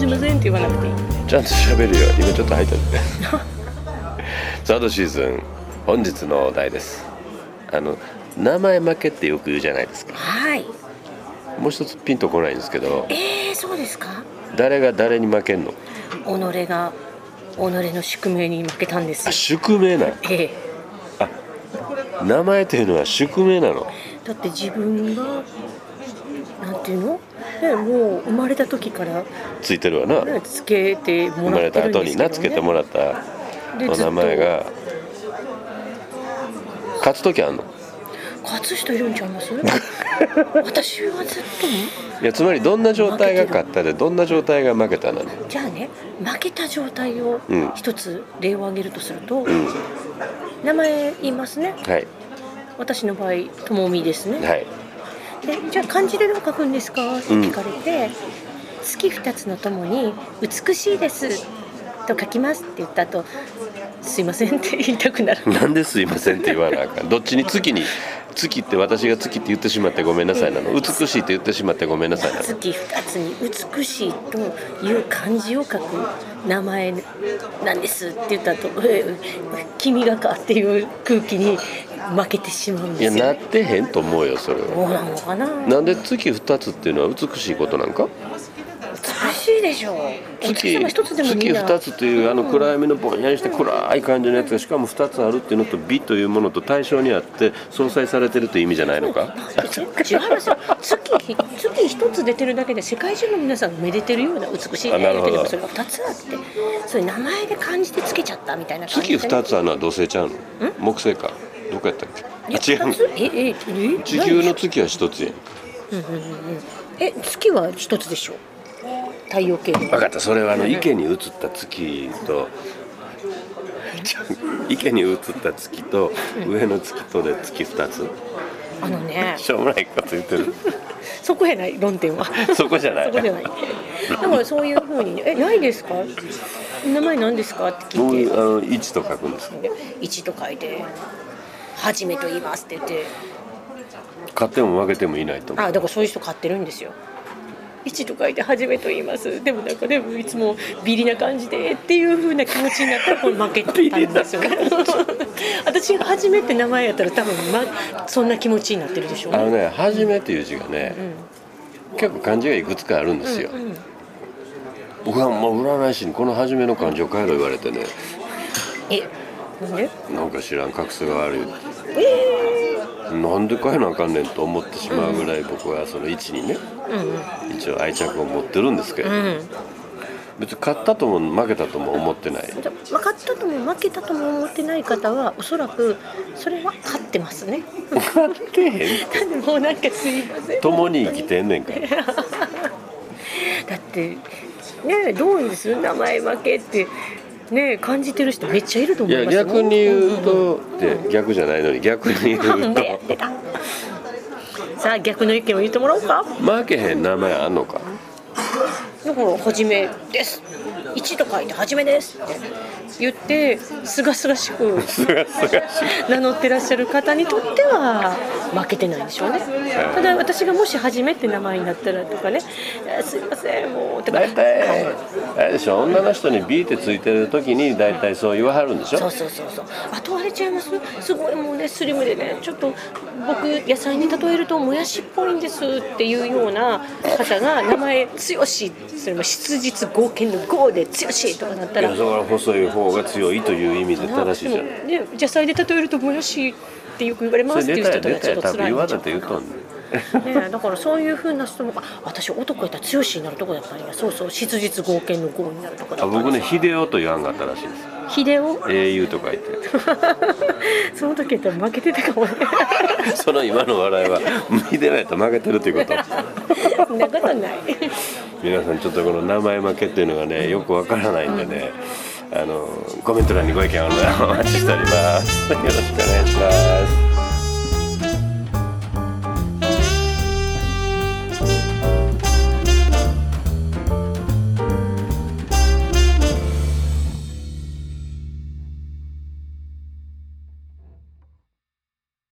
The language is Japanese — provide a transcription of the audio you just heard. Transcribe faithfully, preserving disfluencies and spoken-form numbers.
いませんって言わなくていい。 ちゃんと喋るよ。今ちょっと入ったんでサードシーズン本日のお題です。あの名前負けってよく言うじゃないですか。 はい。 もう一つピンとこないんですけど、 えー、そうですか。 誰が誰に負けんの？ 己が己の宿命に負けたんですよ。 あ、宿命なの？ ええ。 あ、名前というのは宿命なの？ だって自分がなんていうの、ね、もう生まれた時からついてるわな、 ね、つけても生まれたらってるんですけど、ね、 後になつけてもらったでお名前が勝つ時あんの？ 勝つ人いるんちゃいます私はずっといや、つまりどんな状態が勝ったでどんな状態が負けたなの？ じゃあね、負けた状態を一つ例を挙げるとすると、うん、名前言いますね。 はい。 私の場合ともみですね。 はい。 で、じゃあ漢字でどう書くんですかって聞かれて、うん、月二つのともに美しいですと書きますって言った後、すいませんって言いたくなる。 なんですいませんって言わなあかん。どっちに月に月って私が月って言ってしまってごめんなさいなの、美しいって言ってしまってごめんなさいなの。 月二つに美しいという漢字を書く名前なんですって言った後、君がかっていう空気に負けてしまうんですよ。 いや、なってへんと思うよそれは。 そうなのかな。 なんで月二つっていうのは美しいことなんか？ 美しいでしょう。 月二つというあの暗闇のぼんやりして暗い感じのやつがしかも二つあるっていうのと美というものと対象にあって相殺されてるという意味じゃないのか？ 違いますよ。月月一つ出てるだけで世界中の皆さんがめでてるような美しいねっていうのがそれが二つあって、そういう名前で漢字でつけちゃったみたいな感じで。 月二つあるのは土星ちゃうの？木星かどこやったっけ？あ、違う。 えええ地球の月は一つやん。 うんうんうんうん。え、月は一つでしょ。太陽系。 分かった。それはあの池に映った月と池に映った月と上の月とで月二つ。 あのね、 しょうもないこと言ってるそこやない論点はそこじゃないそこじゃない。だからそういうふうに、え、ないですか、名前何ですかって聞いて、 あの一と書くんですか？ 一と書いてはじめと言いますって言って、 勝っても負けてもいないと思う。 あ、だからそういう人買ってるんですよ。一と書いてはじめと言います。でもなんかでもいつもビリな感じでっていう風な気持ちになったらこれ負けたんですよね私がはじめって名前やったら多分、ま、そんな気持ちになってるでしょうね。 あのね、はじめっていう字がね、うん、結構漢字がいくつかあるんですよ、うんうん、僕はもう占い師にこのはじめの漢字を変えろ言われてね、 え、なんで？ なんか知らん画数が悪い、 えー、 なんで変えなあかんねんと思ってしまうぐらい僕はその位置にね、うんうん、一応愛着を持ってるんですけど、うん、別に勝ったとも負けたとも思ってない。 勝ったとも負けたとも思ってない方はおそらくそれは勝ってますね勝ってへんってもうなんかすいません、 共に生きてんねんからだってね、どうです名前負けってね、感じてる人めっちゃいると思いますよ。いや、 逆に言うと、うんうん、って逆じゃないのに逆に言うとさあ逆の意見を言ってもらおうか。 負けへん名前あんのか。 だからはじめです一と書いてはじめですって言ってすがすがしく名乗ってらっしゃる方にとっては負けてないでしょうね。ただ私がもしはじめって名前になったらとかね、すいませんもうとか大体、はい、あれでしょ、女の人に ビー ってついてる時に大体そう言わはるんでしょ。 そうそうそうそう。あとあれちゃいます、すごいもうねスリムでね、ちょっと僕野菜に例えるともやしっぽいんですっていうような方が名前強し、それも質実剛健の剛で強しとかなったら、 いやだから細い方が強いという意味で正しいじゃん。 ね、野菜で例えるともやしってよく言われますっていう人とはちょっと辛いんじゃん。 言わだって言うとんねね、だからそういう風な人も、私男やったら強しになるとこだったんや。そうそう、質実剛健の剛になるとこだったんです。 僕ね、秀夫と言わんかったらしいです。 秀夫英雄と書いてその時やったら負けてたかもねその今の笑いは秀夫やったら負けてるっていうことそんなことない皆さんちょっとこの名前負けっていうのがねよくわからないんでね、あのコメント欄にご意見をお待ちしておりますよろしくお願いします。